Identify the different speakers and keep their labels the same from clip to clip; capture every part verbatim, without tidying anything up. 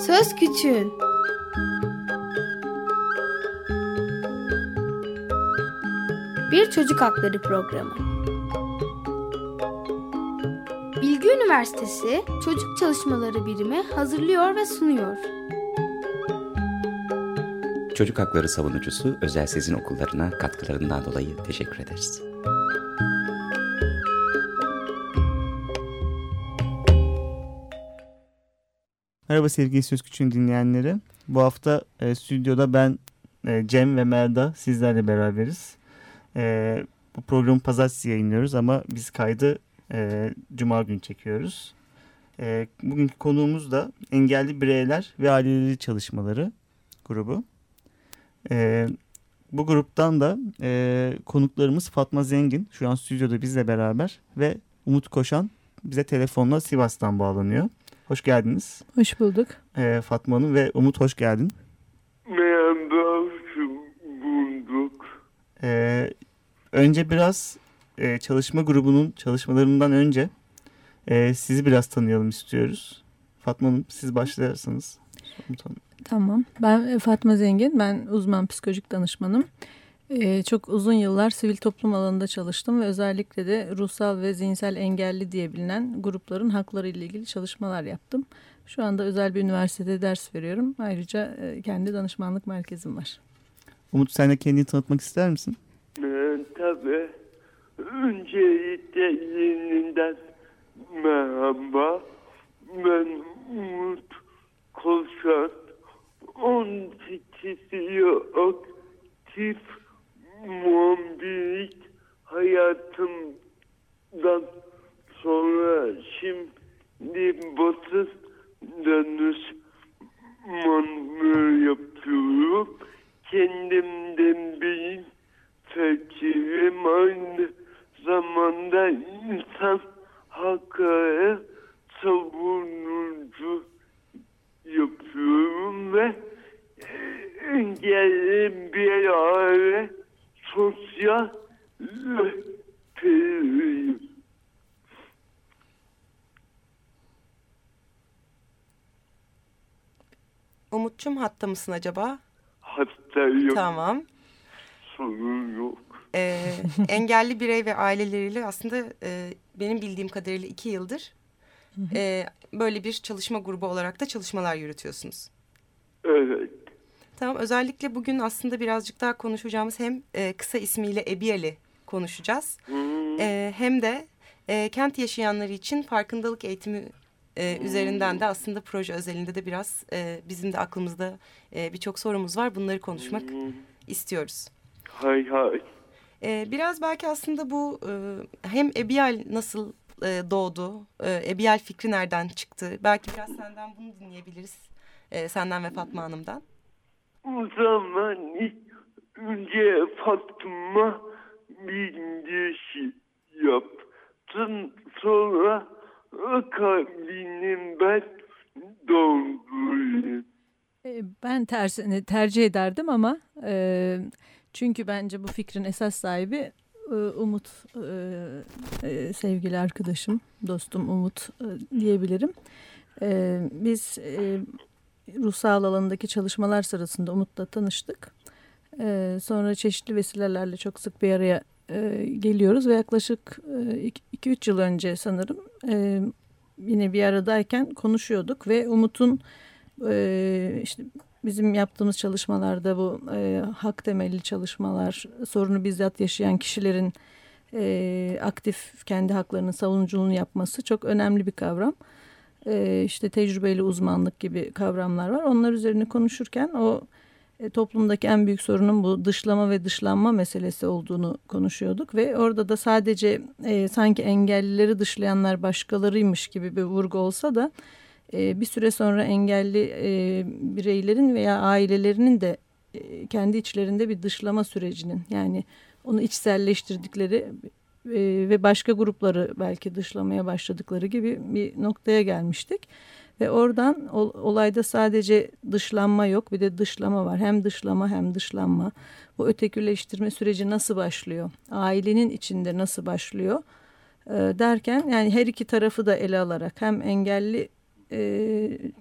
Speaker 1: Söz Küçüğün. Bir çocuk hakları programı. Bilgi Üniversitesi Çocuk Çalışmaları Birimi hazırlıyor ve sunuyor.
Speaker 2: Çocuk hakları savunucusu Özel Sezin Okullarına katkılarından dolayı teşekkür ederiz.
Speaker 3: Merhaba sevgili Söz Küçüğün dinleyenleri. Bu hafta e, stüdyoda ben, e, Cem ve Merda sizlerle beraberiz. E, bu programı pazartesi yayınlıyoruz ama biz kaydı e, cuma günü çekiyoruz. E, bugünkü konuğumuz da engelli bireyler ve aileleri çalışmaları grubu. E, bu gruptan da e, konuklarımız Fatma Zengin şu an stüdyoda bizle beraber ve Umut Koşan bize telefonla Sivas'tan bağlanıyor. Hoş geldiniz.
Speaker 4: Hoş bulduk.
Speaker 3: Ee, Fatma Hanım ve Umut hoş geldin.
Speaker 5: Merhaba, hoş bulduk.
Speaker 3: Ee, önce biraz e, çalışma grubunun çalışmalarından önce e, sizi biraz tanıyalım istiyoruz. Fatma Hanım siz başlarsanız.
Speaker 4: Tamam. Ben Fatma Zengin. Ben uzman psikolojik danışmanım. Ee, çok uzun yıllar sivil toplum alanında çalıştım ve özellikle de ruhsal ve zihinsel engelli diye bilinen grupların hakları ile ilgili çalışmalar yaptım. Şu anda özel bir üniversitede ders veriyorum. Ayrıca e, kendi danışmanlık merkezim var.
Speaker 3: Umut sen de kendini tanıtmak ister misin?
Speaker 5: Ee, tabii. Öncelikle yeniden merhaba. Ben Umut Koşan. on sekiz yıl aktif muhabirlik hayatımdan sonra şimdi basın danışmanlığı yapıyorum. Kendimden bir fakirim, aynı zamanda insan hakları savunucu yapıyorum ve engelli bir aile sosyal rehberiyim.
Speaker 6: Umut'cum hatta mısın acaba?
Speaker 5: Hatta yok.
Speaker 6: Tamam.
Speaker 5: Sorun yok.
Speaker 6: Ee, engelli birey ve aileleriyle aslında e, benim bildiğim kadarıyla iki yıldır e, böyle bir çalışma grubu olarak da çalışmalar yürütüyorsunuz.
Speaker 5: Evet.
Speaker 6: Tamam, özellikle bugün aslında birazcık daha konuşacağımız hem e, kısa ismiyle EBİAL'i konuşacağız. Hmm. E, hem de e, kent yaşayanları için farkındalık eğitimi e, hmm. üzerinden de aslında proje özelinde de biraz e, bizim de aklımızda e, birçok sorumuz var. Bunları konuşmak hmm. istiyoruz.
Speaker 5: Hay hay.
Speaker 6: E, biraz belki aslında bu e, hem EBİAL nasıl e, doğdu, e, EBİAL fikri nereden çıktı? Belki biraz senden bunu dinleyebiliriz. E, senden ve Fatma Hanım'dan.
Speaker 5: O zaman önce Fatma bir giriş yaptın, sonra akabinim ben doldurayım.
Speaker 4: Ben tersini tercih ederdim ama e, çünkü bence bu fikrin esas sahibi e, Umut, e, e, sevgili arkadaşım, dostum Umut e, diyebilirim. E, biz e, ruhsal alanındaki çalışmalar sırasında Umut'la tanıştık. Ee, sonra çeşitli vesilelerle çok sık bir araya e, geliyoruz ve yaklaşık iki üç yıl önce sanırım e, yine bir aradayken konuşuyorduk ve Umut'un e, işte bizim yaptığımız çalışmalarda bu e, hak temelli çalışmalar, sorunu bizzat yaşayan kişilerin e, aktif kendi haklarının savunuculuğunu yapması çok önemli bir kavram. Ee, işte tecrübeli uzmanlık gibi kavramlar var. Onlar üzerine konuşurken o e, toplumdaki en büyük sorunun bu dışlama ve dışlanma meselesi olduğunu konuşuyorduk ve orada da sadece e, sanki engellileri dışlayanlar başkalarıymış gibi bir vurgu olsa da e, bir süre sonra engelli e, bireylerin veya ailelerinin de e, kendi içlerinde bir dışlama sürecinin, yani onu içselleştirdikleri ve başka grupları belki dışlamaya başladıkları gibi bir noktaya gelmiştik. Ve oradan olayda sadece dışlanma yok, bir de dışlama var. Hem dışlama hem dışlanma. Bu ötekileştirme süreci nasıl başlıyor? Ailenin içinde nasıl başlıyor? Derken yani her iki tarafı da ele alarak hem engelli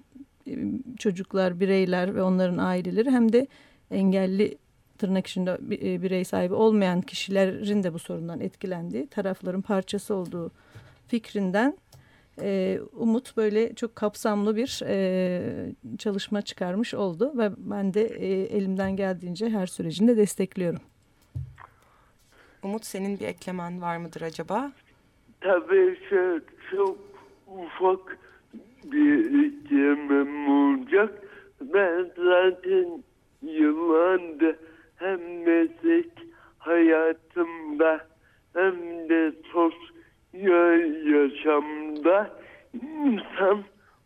Speaker 4: çocuklar, bireyler ve onların aileleri hem de engelli tırnak içinde birey sahibi olmayan kişilerin de bu sorundan etkilendiği, tarafların parçası olduğu fikrinden e, Umut böyle çok kapsamlı bir e, çalışma çıkarmış oldu ve ben de e, elimden geldiğince her sürecinde destekliyorum.
Speaker 6: Umut, senin bir eklemen var mıdır acaba?
Speaker 5: Tabii çok, çok ufak bir eklemem olacak. Ben zaten yıllardır hem meslek hayatımda hem de sosyal yaşamda insan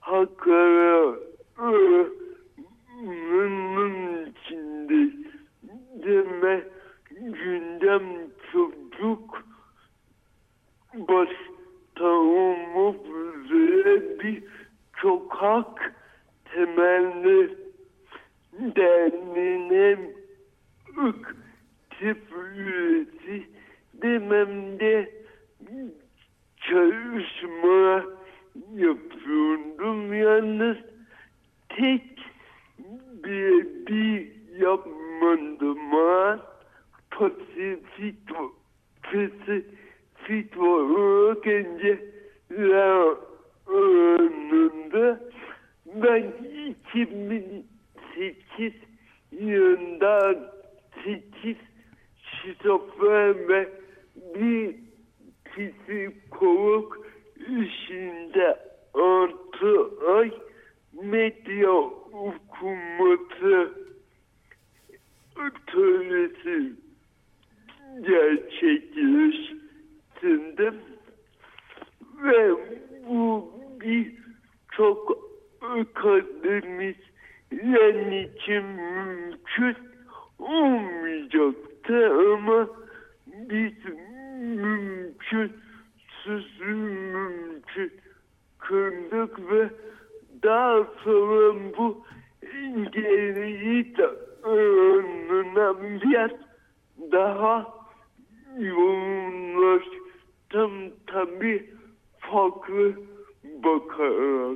Speaker 5: haklarının içinde deme gündem çocuk başta olmak üzere bir çok hak temelli derneğine aktif üyesi demem de çalışma yapıyordum. Yalnız tek bir, bir yapmadım ama Pasifik Pasifik olarak önceler önünde ben iki bin sekiz yılında sekiz şizofren ve bir psikolog işinde altı ay medya okuması atölyesi gerçekleştirdim ve bu bir çok akademisyen için mümkün olmayacaktı ama biz mümkünsüz mümkün kıldık ve daha sonra bu engelliyi de önüne biraz daha yoğunlaştım tabii farklı bakarak.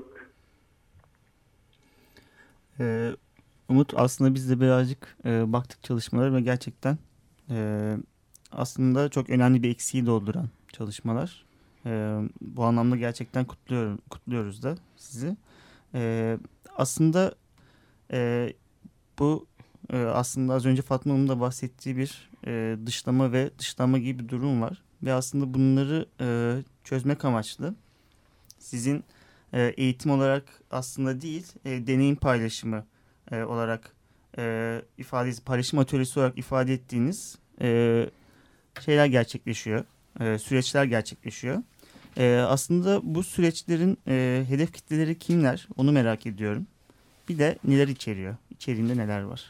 Speaker 3: Ee, Umut, aslında biz de birazcık e, baktık çalışmalara ve gerçekten e, aslında çok önemli bir eksiği dolduran çalışmalar. E, bu anlamda gerçekten kutluyorum, kutluyoruz da sizi. E, aslında e, bu e, aslında az önce Fatma Hanım'ın da bahsettiği bir e, dışlama ve dışlama gibi bir durum var. Ve aslında bunları e, çözmek amaçlı sizin e, eğitim olarak aslında değil, e, deneyim paylaşımı e, olarak e, ifade, paylaşım atölyesi olarak ifade ettiğiniz e, şeyler gerçekleşiyor, e, süreçler gerçekleşiyor. E, aslında bu süreçlerin e, hedef kitleleri kimler? Onu merak ediyorum. Bir de neler içeriyor? İçeriğinde neler var?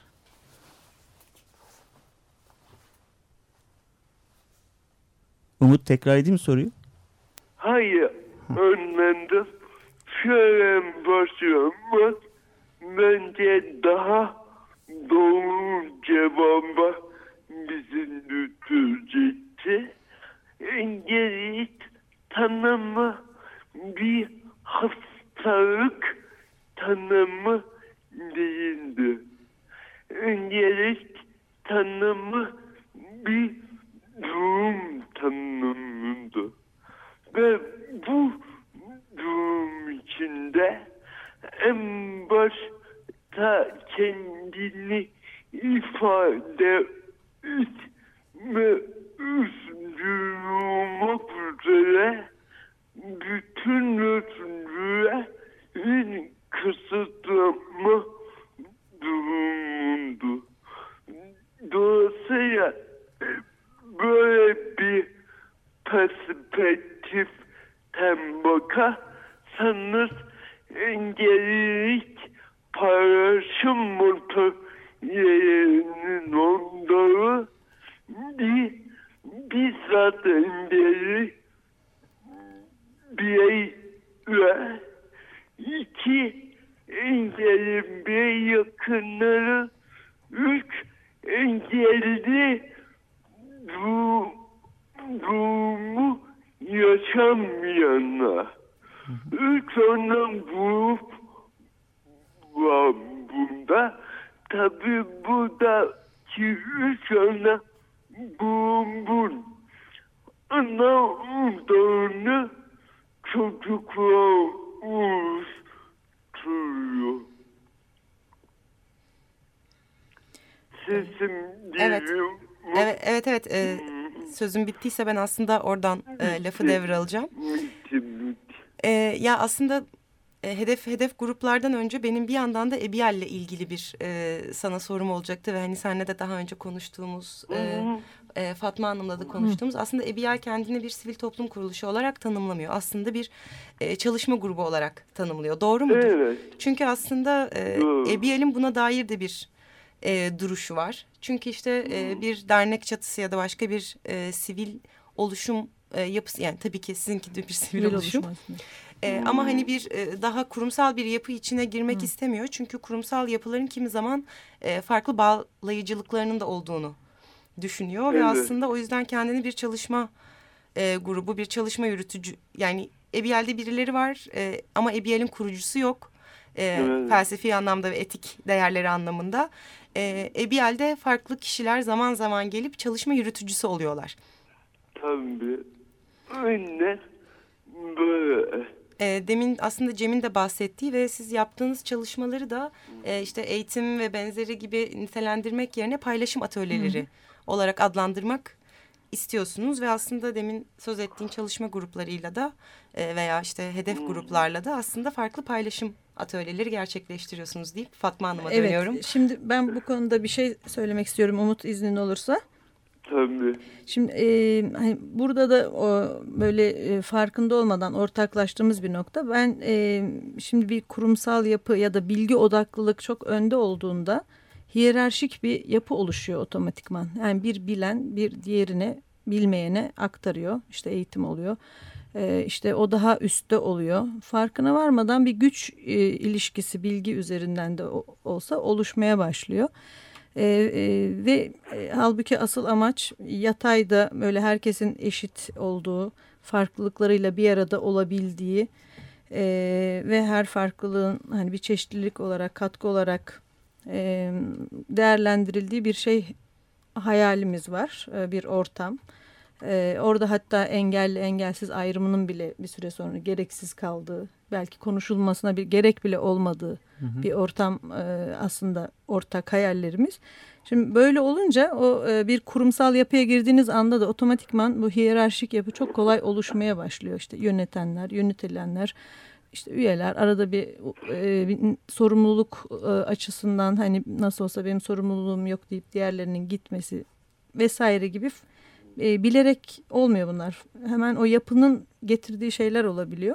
Speaker 3: Umut, tekrar edeyim mi soruyu?
Speaker 5: Hayır, önlendim. Şöyle başlamak bence daha doğru cevaba bizi götürecekti. Engellilik tanımı bir hastalık tanımı değildi. Engellilik tanımı bir durum tanımıydı. Ve bu durum içinde en başta kendini ifade etme özgürlüğü olmak üzere bütün özgürlüğe kısıtlama durumundu. Dolayısıyla böyle bir perspektiften bakarsanız engellilik paylaşım motorlarının onları bir bizzat engelli bireyler, iki engelli birey yakınları, üç engelli bu durumu yaşamayanlar. Üç ondan grup var bunda. Tabii bu da üç ana bumbun anahtarını çocuklar oluşturuyor. Sesim
Speaker 6: Evet.
Speaker 5: geliyor mu?
Speaker 6: Evet, evet, evet. Ee, sözüm bittiyse ben aslında oradan e, lafı devralacağım. Ee, ya aslında e, hedef hedef gruplardan önce benim bir yandan da Ebiel'le ilgili bir e, sana sorum olacaktı ve hani seninle de daha önce konuştuğumuz e, e, Fatma Hanım'la da konuştuğumuz aslında Ebiel kendini bir sivil toplum kuruluşu olarak tanımlamıyor. Aslında bir e, çalışma grubu olarak tanımlıyor. Doğru mudur?
Speaker 5: Evet.
Speaker 6: Çünkü aslında e, Ebiel'in buna dair de bir e, duruşu var. Çünkü işte e, bir dernek çatısı ya da başka bir e, sivil oluşum e, yapısı, yani tabii ki sizinki de bir sivil, sivil oluşum. E, ama hani bir e, daha kurumsal bir yapı içine girmek Hı. istemiyor. Çünkü kurumsal yapıların kimi zaman e, farklı bağlayıcılıklarının da olduğunu düşünüyor. Evet. Ve aslında o yüzden kendini bir çalışma e, grubu, bir çalışma yürütücü, yani Ebiel'de birileri var e, ama Ebiel'in kurucusu yok. E, evet. Felsefi anlamda ve etik değerleri anlamında. E, Ebiel'de farklı kişiler zaman zaman gelip çalışma yürütücüsü oluyorlar.
Speaker 5: Tabii. Aynen böyle.
Speaker 6: E, demin aslında Cem'in de bahsettiği ve siz yaptığınız çalışmaları da e, işte eğitim ve benzeri gibi nitelendirmek yerine paylaşım atölyeleri Hı. olarak adlandırmak istiyorsunuz ve aslında demin söz ettiğin çalışma gruplarıyla da e, veya işte hedef hmm. gruplarla da aslında farklı paylaşım atölyeleri gerçekleştiriyorsunuz deyip Fatma Hanım'a
Speaker 4: evet,
Speaker 6: dönüyorum.
Speaker 4: Evet, şimdi ben bu konuda bir şey söylemek istiyorum Umut, iznin olursa.
Speaker 5: Tabii.
Speaker 4: Şimdi e, hani burada da o, böyle e, farkında olmadan ortaklaştığımız bir nokta. Ben e, şimdi bir kurumsal yapı ya da bilgi odaklılık çok önde olduğunda hiyerarşik bir yapı oluşuyor otomatikman. Yani bir bilen bir diğerine, bilmeyene aktarıyor. İşte eğitim oluyor. Ee, işte o daha üstte oluyor. Farkına varmadan bir güç e, ilişkisi bilgi üzerinden de o, olsa oluşmaya başlıyor. Ee, e, ve e, halbuki asıl amaç yatayda böyle herkesin eşit olduğu, farklılıklarıyla bir arada olabildiği e, ve her farklılığın hani bir çeşitlilik olarak, katkı olarak e, değerlendirildiği bir şey hayalimiz var, e, bir ortam. E, orada hatta engelli engelsiz ayrımının bile bir süre sonra gereksiz kaldığı, belki konuşulmasına bir gerek bile olmadığı hı hı. bir ortam e, aslında ortak hayallerimiz. Şimdi böyle olunca o e, bir kurumsal yapıya girdiğiniz anda da otomatikman bu hiyerarşik yapı çok kolay oluşmaya başlıyor. İşte yönetenler, yönetilenler, İşte üyeler arada bir, e, bir sorumluluk e, açısından hani nasıl olsa benim sorumluluğum yok deyip diğerlerinin gitmesi vesaire gibi e, bilerek olmuyor bunlar. Hemen o yapının getirdiği şeyler olabiliyor.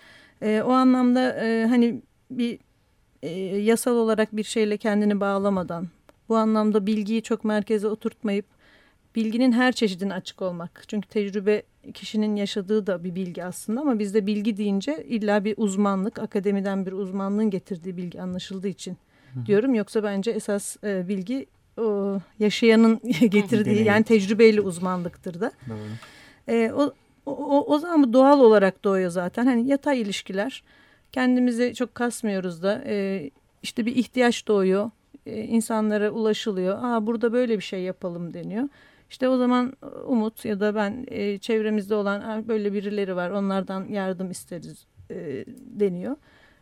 Speaker 4: E, o anlamda e, hani bir e, yasal olarak bir şeyle kendini bağlamadan, bu anlamda bilgiyi çok merkeze oturtmayıp bilginin her çeşidine açık olmak. Çünkü tecrübe kişinin yaşadığı da bir bilgi aslında ama bizde bilgi deyince illa bir uzmanlık, akademiden bir uzmanlığın getirdiği bilgi anlaşıldığı için Hı. diyorum. Yoksa bence esas e, bilgi o yaşayanın getirdiği yani tecrübeyle uzmanlıktır da. E, o, o, o zaman bu doğal olarak doğuyor zaten. Hani yatay ilişkiler, kendimizi çok kasmıyoruz da e, işte bir ihtiyaç doğuyor. E, insanlara ulaşılıyor. Aa, burada böyle bir şey yapalım deniyor. İşte o zaman Umut ya da ben e, çevremizde olan böyle birileri var, onlardan yardım isteriz e, deniyor.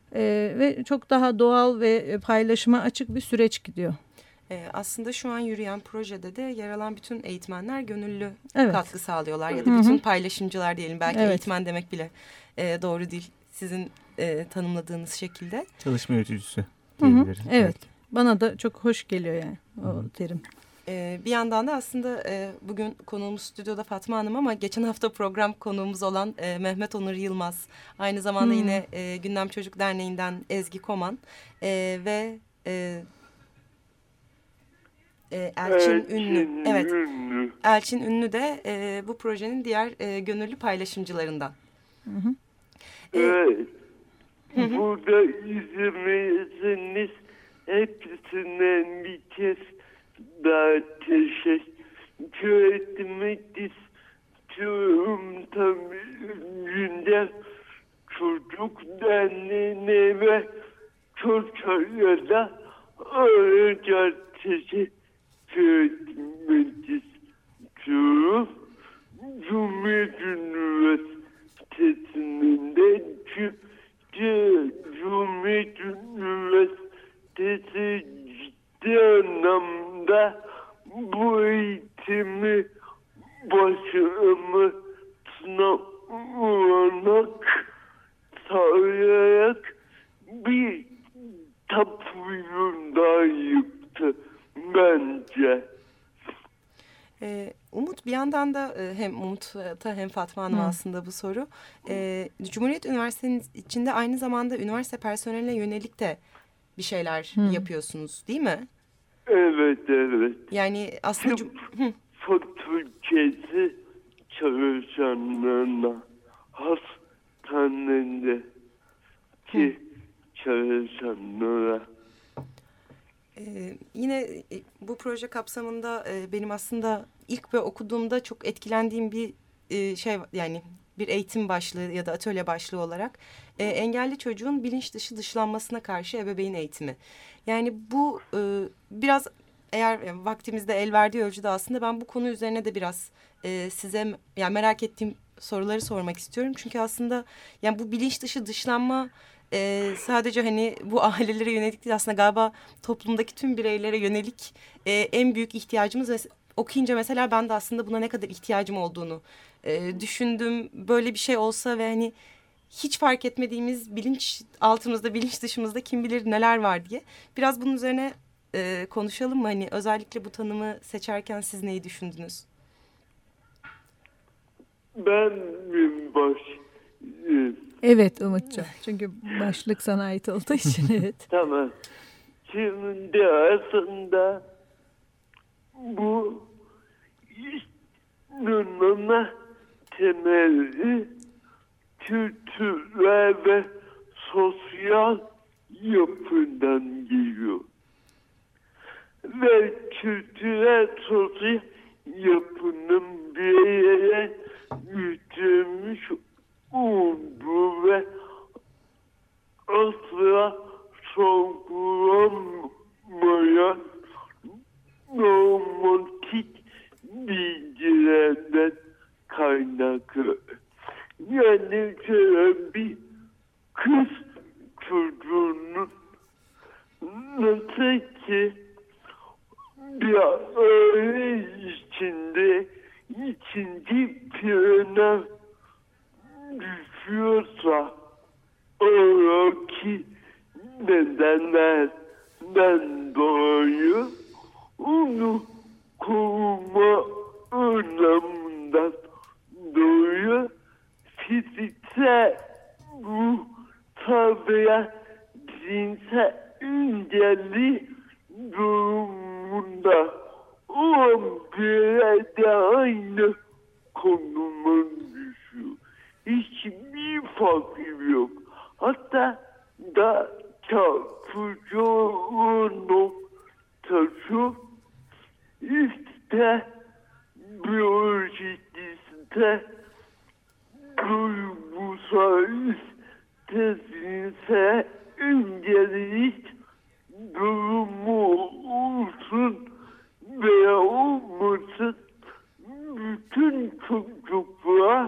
Speaker 4: E, ve çok daha doğal ve paylaşıma açık bir süreç gidiyor.
Speaker 6: E, aslında şu an yürüyen projede de yer alan bütün eğitmenler gönüllü evet. katkı sağlıyorlar. Ya da
Speaker 4: Hı-hı.
Speaker 6: bütün paylaşımcılar diyelim. Belki
Speaker 4: evet.
Speaker 6: eğitmen demek bile e, doğru değil. Sizin e, tanımladığınız şekilde.
Speaker 3: Çalışma yürütücüsü
Speaker 4: diyebiliriz. Evet. Belki. Bana da çok hoş geliyor yani o Hı-hı. terim.
Speaker 6: Ee, bir yandan da aslında e, bugün konuğumuz stüdyoda Fatma Hanım ama geçen hafta program konuğumuz olan e, Mehmet Onur Yılmaz. Aynı zamanda hmm. yine e, Gündem Çocuk Derneği'nden Ezgi Koman e, ve e, e, Elçin, Elçin Ünlü. Evet, Ünlü. Elçin Ünlü de e, bu projenin diğer e, gönüllü paylaşımcılarından.
Speaker 4: Hı hı.
Speaker 5: E, evet. Hı hı. Burada izlemeyesiniz hepsinden bir kez daha teşekkür etmek istiyorum. Tabii Gündem Çocuk Derneği'ne ve çocuklara öğretisi öğretmek istiyorum. Cumhuriyet Üniversitesi'nde Cumhuriyet Üniversitesi ciddi anlamda bu eğitimi başarımı sınav sağlayarak bir tapuyun daha yıktı bence.
Speaker 6: Ee, Umut, bir yandan da e, hem Umut'a hem Fatma Hanım'a aslında bu soru. Ee, Cumhuriyet Üniversitesi'nin içinde aynı zamanda üniversite personeline yönelik de bir şeyler Hı. yapıyorsunuz değil mi?
Speaker 5: Evet, evet.
Speaker 6: Yani aslında...
Speaker 5: Tıp fakültesi çalışanlarına, hastanedeki çalışanlara.
Speaker 6: Ee, yine e, bu proje kapsamında e, benim aslında ilk ve okuduğumda çok etkilendiğim bir e, şey, yani bir eğitim başlığı ya da atölye başlığı olarak e, engelli çocuğun bilinç dışı dışlanmasına karşı ebeveyn eğitimi. Yani bu e, biraz eğer e, vaktimizde el verdiği ölçüde aslında ben bu konu üzerine de biraz e, size yani merak ettiğim soruları sormak istiyorum. Çünkü aslında yani bu bilinç dışı dışlanma Ee, sadece hani bu ailelere yönelik değil, aslında galiba toplumdaki tüm bireylere yönelik e, en büyük ihtiyacımız. Ve okuyunca mesela ben de aslında buna ne kadar ihtiyacım olduğunu e, düşündüm. Böyle bir şey olsa ve hani hiç fark etmediğimiz bilinç altımızda, bilinç dışımızda kim bilir neler var diye. Biraz bunun üzerine e, konuşalım mı? Hani özellikle bu tanımı seçerken siz neyi düşündünüz?
Speaker 5: Ben baş...
Speaker 4: Evet Umut'cum. Çünkü başlık sana ait olduğu için evet.
Speaker 5: Tamam. Şimdi aslında bu inanma temeli kültürel ve sosyal yapıdan geliyor. Ve kültürel sosyal yapının bireylere yüklenmiş olduğu ve asla sorgulanmayan normatif bilgilerden kaynaklı. Yani şöyle bir kız çocuğunun nasıl ki bir aile içinde ikinci plana düşüyorsa oradaki nedenlerden dolayı onu koruma anlamından dolayı fiziksel ruhsal veya zihinsel engelli durumunda olan bireyde aynı konuma düşüyor. Hiçbir farkı yok. Hatta da çarpıcı noktası işte biyolojide duygusal zihinsel engellilik durumu olsun veya olmasın bütün çocuklar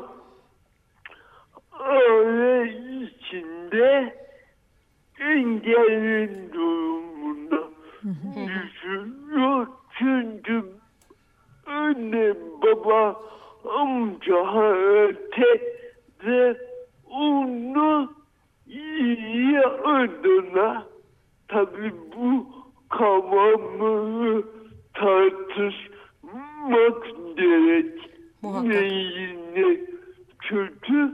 Speaker 5: aile içinde engelli durumunda düşüyor. Çünkü anne, baba, amca, teyze onu iyi adına tabi bu kavramı tartışmak gerek. Neyine kötü?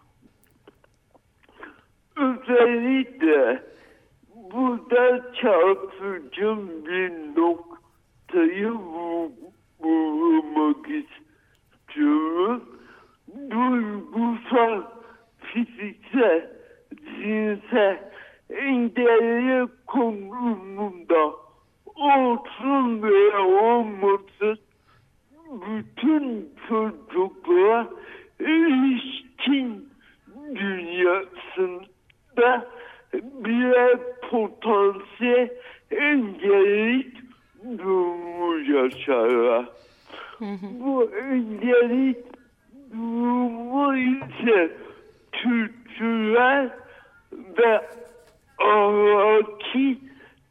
Speaker 5: Özellikle burada çarpıcı bir noktayı vurmak istiyorum. Duygusal, fiziksel, zihinsel engelli konumunda olsun veya olmasın bütün çocuklara ilişkin dünyasında birer potansiyel engellik durumu yaşarlar. Bu engellik durumu ise kültürel ve ahlaki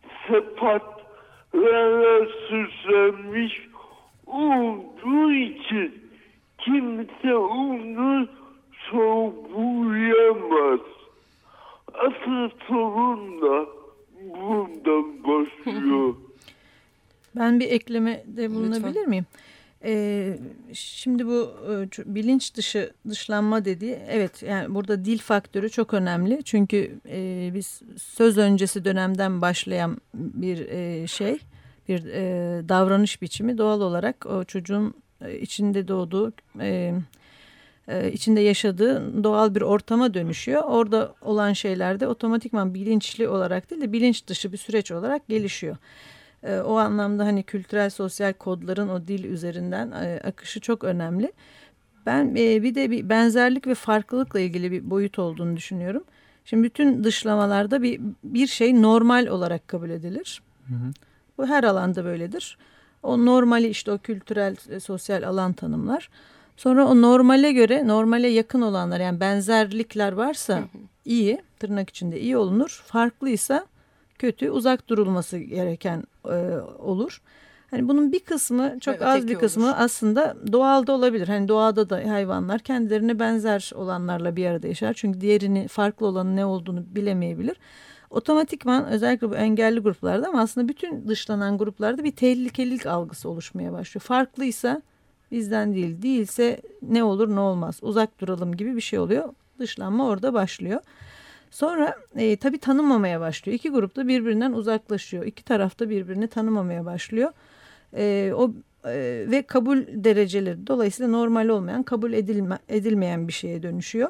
Speaker 5: sıfatlara süslenmiş olduğu için kimse onu sorgulayamaz. Asıl sorun da bundan başlıyor.
Speaker 4: Ben bir eklemede bulunabilir Lütfen. miyim? Ee, şimdi bu e, bilinç dışı dışlanma dediği, evet, yani burada dil faktörü çok önemli. Çünkü e, biz söz öncesi dönemden başlayan bir e, şey, bir e, davranış biçimi doğal olarak o çocuğun e, içinde doğduğu, e, e, içinde yaşadığı doğal bir ortama dönüşüyor. Orada olan şeyler de otomatikman bilinçli olarak değil de bilinç dışı bir süreç olarak gelişiyor. O anlamda hani kültürel sosyal kodların o dil üzerinden akışı çok önemli. Ben bir de bir benzerlik ve farklılıkla ilgili bir boyut olduğunu düşünüyorum. Şimdi bütün dışlamalarda bir bir şey normal olarak kabul edilir. Hı hı. Bu her alanda böyledir. O normali işte o kültürel sosyal alan tanımlar. Sonra o normale göre normale yakın olanlar, yani benzerlikler varsa hı hı. iyi, tırnak içinde iyi olunur. Farklıysa kötü, uzak durulması gereken e, olur. Hani bunun bir kısmı, çok evet, az bir kısmı olur. Aslında doğalda olabilir. Hani doğada da hayvanlar kendilerine benzer olanlarla bir arada yaşar. Çünkü diğerini, farklı olanın ne olduğunu bilemeyebilir. Otomatikman özellikle bu engelli gruplarda, ama aslında bütün dışlanan gruplarda bir tehlikelilik algısı oluşmaya başlıyor. Farklıysa bizden değil, değilse ne olur ne olmaz, uzak duralım gibi bir şey oluyor. Dışlanma orada başlıyor. Sonra e, tabii tanımamaya başlıyor. İki grup da birbirinden uzaklaşıyor. İki taraf da birbirini tanımamaya başlıyor. E, o e, ve kabul dereceleri dolayısıyla normal olmayan, kabul edilme, edilmeyen bir şeye dönüşüyor.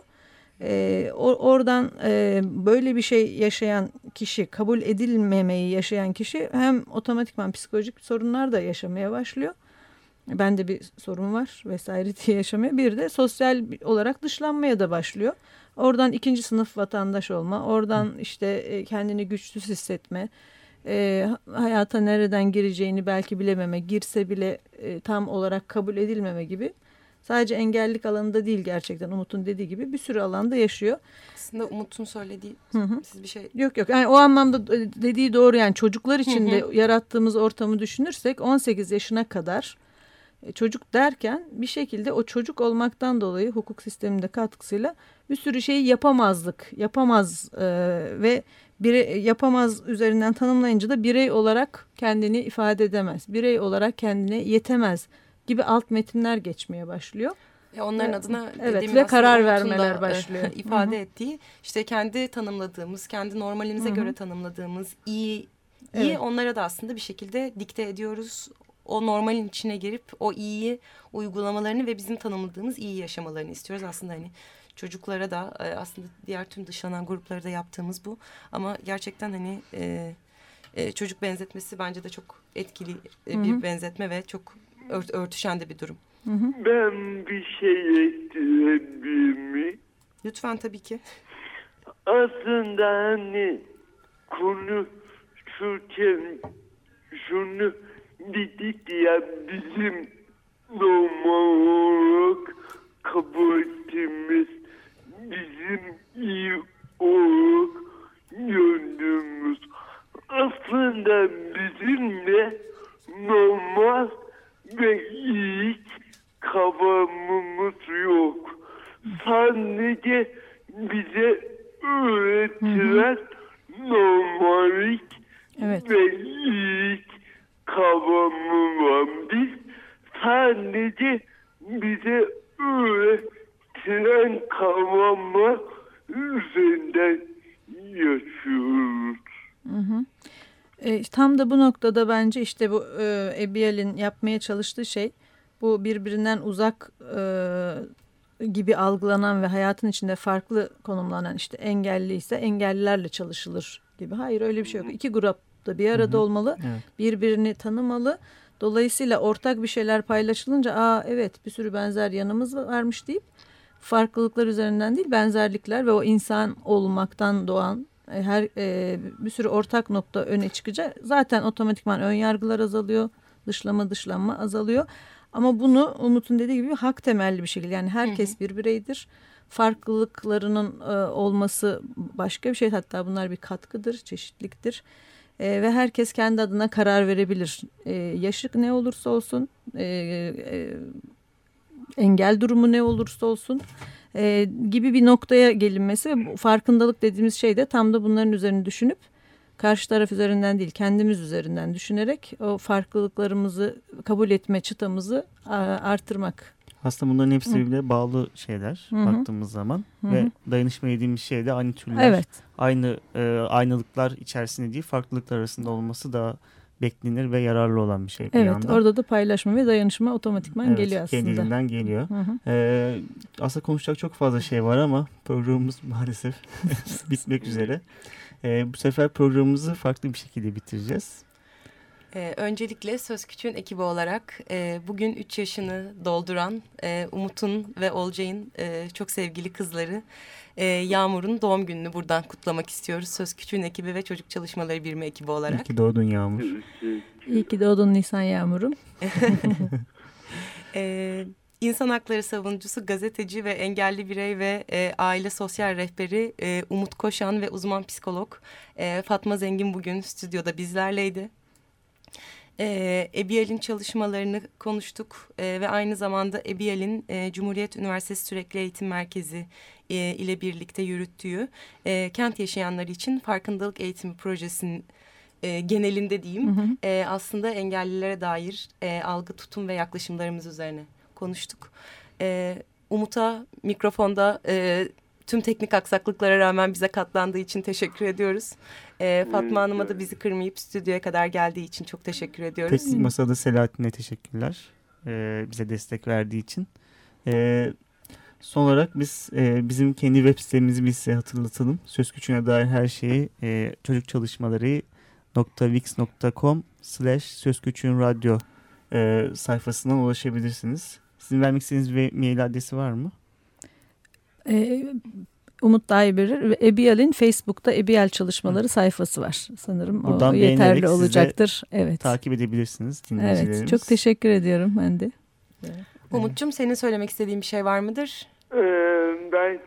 Speaker 4: E, or, oradan e, böyle bir şey yaşayan kişi, kabul edilmemeyi yaşayan kişi hem otomatikman psikolojik sorunlar da yaşamaya başlıyor. Bende bir sorun var vesaire diye yaşamaya. Bir de sosyal olarak dışlanmaya da başlıyor. Oradan ikinci sınıf vatandaş olma, oradan işte kendini güçsüz hissetme, e, hayata nereden gireceğini belki bilememe, girse bile e, tam olarak kabul edilmeme gibi. Sadece engellilik alanında değil, gerçekten Umut'un dediği gibi bir sürü alanda yaşıyor.
Speaker 6: Aslında Umut'un söylediği
Speaker 4: hı hı.
Speaker 6: siz bir şey...
Speaker 4: Yok yok, yani o anlamda dediği doğru, yani çocuklar için de yarattığımız ortamı düşünürsek on sekiz yaşına kadar çocuk derken bir şekilde o çocuk olmaktan dolayı hukuk sisteminde katkısıyla bir sürü şeyi yapamazlık, yapamaz e, ve birey, yapamaz üzerinden tanımlayınca da birey olarak kendini ifade edemez, birey olarak kendine yetemez gibi alt metinler geçmeye başlıyor.
Speaker 6: Ya onların ve, adına
Speaker 4: evet, ve karar vermeler başlıyor.
Speaker 6: ifade Hı-hı. ettiği işte kendi tanımladığımız, kendi normalimize Hı-hı. göre tanımladığımız iyi, iyi evet. onlara da aslında bir şekilde dikte ediyoruz. O normalin içine girip o iyiyi uygulamalarını ve bizim tanımladığımız iyi yaşamalarını istiyoruz. Aslında hani çocuklara da aslında diğer tüm dışlanan gruplara da yaptığımız bu. Ama gerçekten hani e, e, çocuk benzetmesi bence de çok etkili e, bir Hı-hı. benzetme ve çok ört, örtüşen de bir durum.
Speaker 4: Hı-hı.
Speaker 5: Ben bir şey ekleyebilir miyim?
Speaker 6: Lütfen, tabii ki.
Speaker 5: Aslında hani konuşurken şunu dedik ya, bizim normal olarak kabul ettiğimiz, bizim iyi olarak gördüğümüz, aslında bizim de normal ve iyi kavramımız yok. Sadece bize öğretilen normallik
Speaker 4: evet.
Speaker 5: ve iyilik kavramı var. Biz sadece bize öğretilen kavramlar üzerinden yaşıyoruz.
Speaker 4: Hı hı. E, tam da bu noktada bence işte bu e, Ebiel'in yapmaya çalıştığı şey, bu birbirinden uzak e, gibi algılanan ve hayatın içinde farklı konumlanan, işte engelli ise engellilerle çalışılır gibi. Hayır, öyle bir şey yok. İki grup da bir arada Hı-hı. olmalı. Evet. Birbirini tanımalı. Dolayısıyla ortak bir şeyler paylaşılınca, aa evet bir sürü benzer yanımız varmış deyip farklılıklar üzerinden değil, benzerlikler ve o insan olmaktan doğan her e, bir sürü ortak nokta öne çıkacak. Zaten otomatikman ön yargılar azalıyor, dışlama dışlanma azalıyor. Ama bunu Umut'un dediği gibi hak temelli bir şekilde, yani herkes hı hı. bir bireydir. Farklılıklarının e, olması başka bir şey, hatta bunlar bir katkıdır, çeşitliktir. E, ve herkes kendi adına karar verebilir. E, yaşı ne olursa olsun, e, e, engel durumu ne olursa olsun e, gibi bir noktaya gelinmesi ve farkındalık dediğimiz şey de tam da bunların üzerine düşünüp, karşı taraf üzerinden değil, kendimiz üzerinden düşünerek o farklılıklarımızı kabul etme çıtamızı artırmak.
Speaker 3: Aslında bunların hepsi birbirine bağlı şeyler, Hı-hı. baktığımız zaman. Hı-hı. Ve dayanışma dediğimiz şey de aynı türler, evet. aynı e, aynalıklar içerisinde değil, farklılıklar arasında olması da beklenir ve yararlı olan bir şey. Bir
Speaker 4: evet,
Speaker 3: yandan.
Speaker 4: Orada da paylaşma ve dayanışma otomatikman evet, geliyor aslında.
Speaker 3: Kendiliğinden geliyor. Ee, aslında konuşacak çok fazla şey var ama programımız maalesef bitmek üzere. Ee, bu sefer programımızı farklı bir şekilde bitireceğiz.
Speaker 6: Ee, öncelikle Söz Küçüğün ekibi olarak e, bugün üç yaşını dolduran e, Umut'un ve Olcay'ın e, çok sevgili kızları e, Yağmur'un doğum gününü buradan kutlamak istiyoruz. Söz Küçüğün ekibi ve Çocuk Çalışmaları Birimi ekibi olarak.
Speaker 3: İyi ki doğdun Yağmur.
Speaker 4: İyi ki doğdun Nisan Yağmur'um.
Speaker 6: e, İnsan hakları savunucusu, gazeteci ve engelli birey ve e, aile sosyal rehberi e, Umut Koşan ve uzman psikolog e, Fatma Zengin bugün stüdyoda bizlerleydi. E, EBİAL'in çalışmalarını konuştuk e, ve aynı zamanda EBİAL'in e, Cumhuriyet Üniversitesi Sürekli Eğitim Merkezi e, ile birlikte yürüttüğü e, kent yaşayanları için farkındalık eğitimi projesinin e, genelinde diyeyim hı hı. E, aslında engellilere dair e, algı, tutum ve yaklaşımlarımız üzerine konuştuk. E, Umut'a mikrofonda e, tüm teknik aksaklıklara rağmen bize katlandığı için teşekkür ediyoruz. E, Fatma Hanım'a da bizi kırmayıp stüdyoya kadar geldiği için çok teşekkür ediyoruz.
Speaker 3: Teknik Masada Selahattin'e teşekkürler. E, bize destek verdiği için. E, son olarak biz e, bizim kendi web sitemizi biz size hatırlatalım. Söz Küçüğüne dair her şeyi e, çocuk çalışmaları nokta wix nokta com slash söz küçüğün radyo e, sayfasından ulaşabilirsiniz. Sizin vermek istediğiniz bir mail adresi var mı?
Speaker 4: Ee, Umut daha iyi bilir. Ve EBİAL'in Facebook'ta EBİAL çalışmaları sayfası var. Sanırım buradan o yeterli olacaktır. Evet.
Speaker 3: Takip edebilirsiniz dinleyicilerimiz.
Speaker 4: Evet, çok teşekkür ediyorum ben de.
Speaker 6: Evet. Umut'cum, senin söylemek istediğin bir şey var mıdır?
Speaker 5: Ee, ben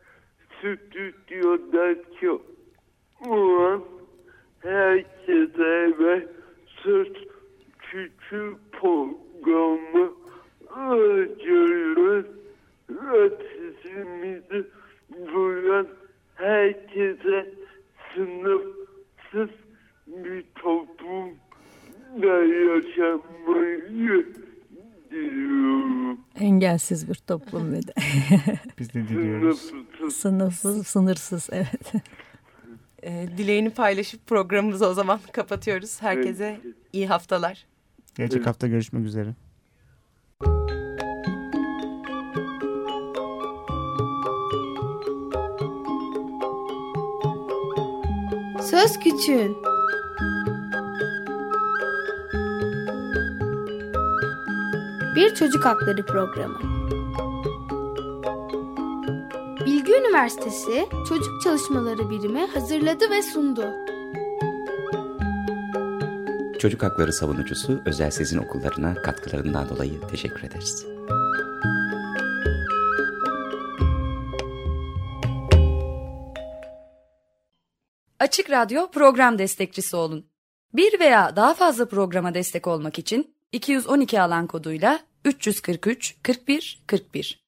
Speaker 5: stüdyodaki olan herkese ve Söz Küçüğü programı acıyoruz. Ötesimizi duyan herkese sınıfsız bir toplumda yaşamayı diliyorum.
Speaker 4: Engelsiz bir toplum ve de.
Speaker 3: Biz de diliyoruz.
Speaker 4: Sınıfsız, sınırsız, evet.
Speaker 6: E, dileğini paylaşıp programımızı o zaman kapatıyoruz. Herkese evet. iyi haftalar.
Speaker 3: Gelecek evet. hafta görüşmek üzere.
Speaker 1: Söz Küçüğün. Bir çocuk hakları programı. Bilgi Üniversitesi Çocuk Çalışmaları Birimi hazırladı ve sundu.
Speaker 2: Çocuk hakları savunucusu Özel Sezin Okullarına katkılarından dolayı teşekkür ederiz.
Speaker 7: Açık Radyo program destekçisi olun. Bir veya daha fazla programa destek olmak için iki yüz on iki alan koduyla üç yüz kırk üç kırk bir kırk bir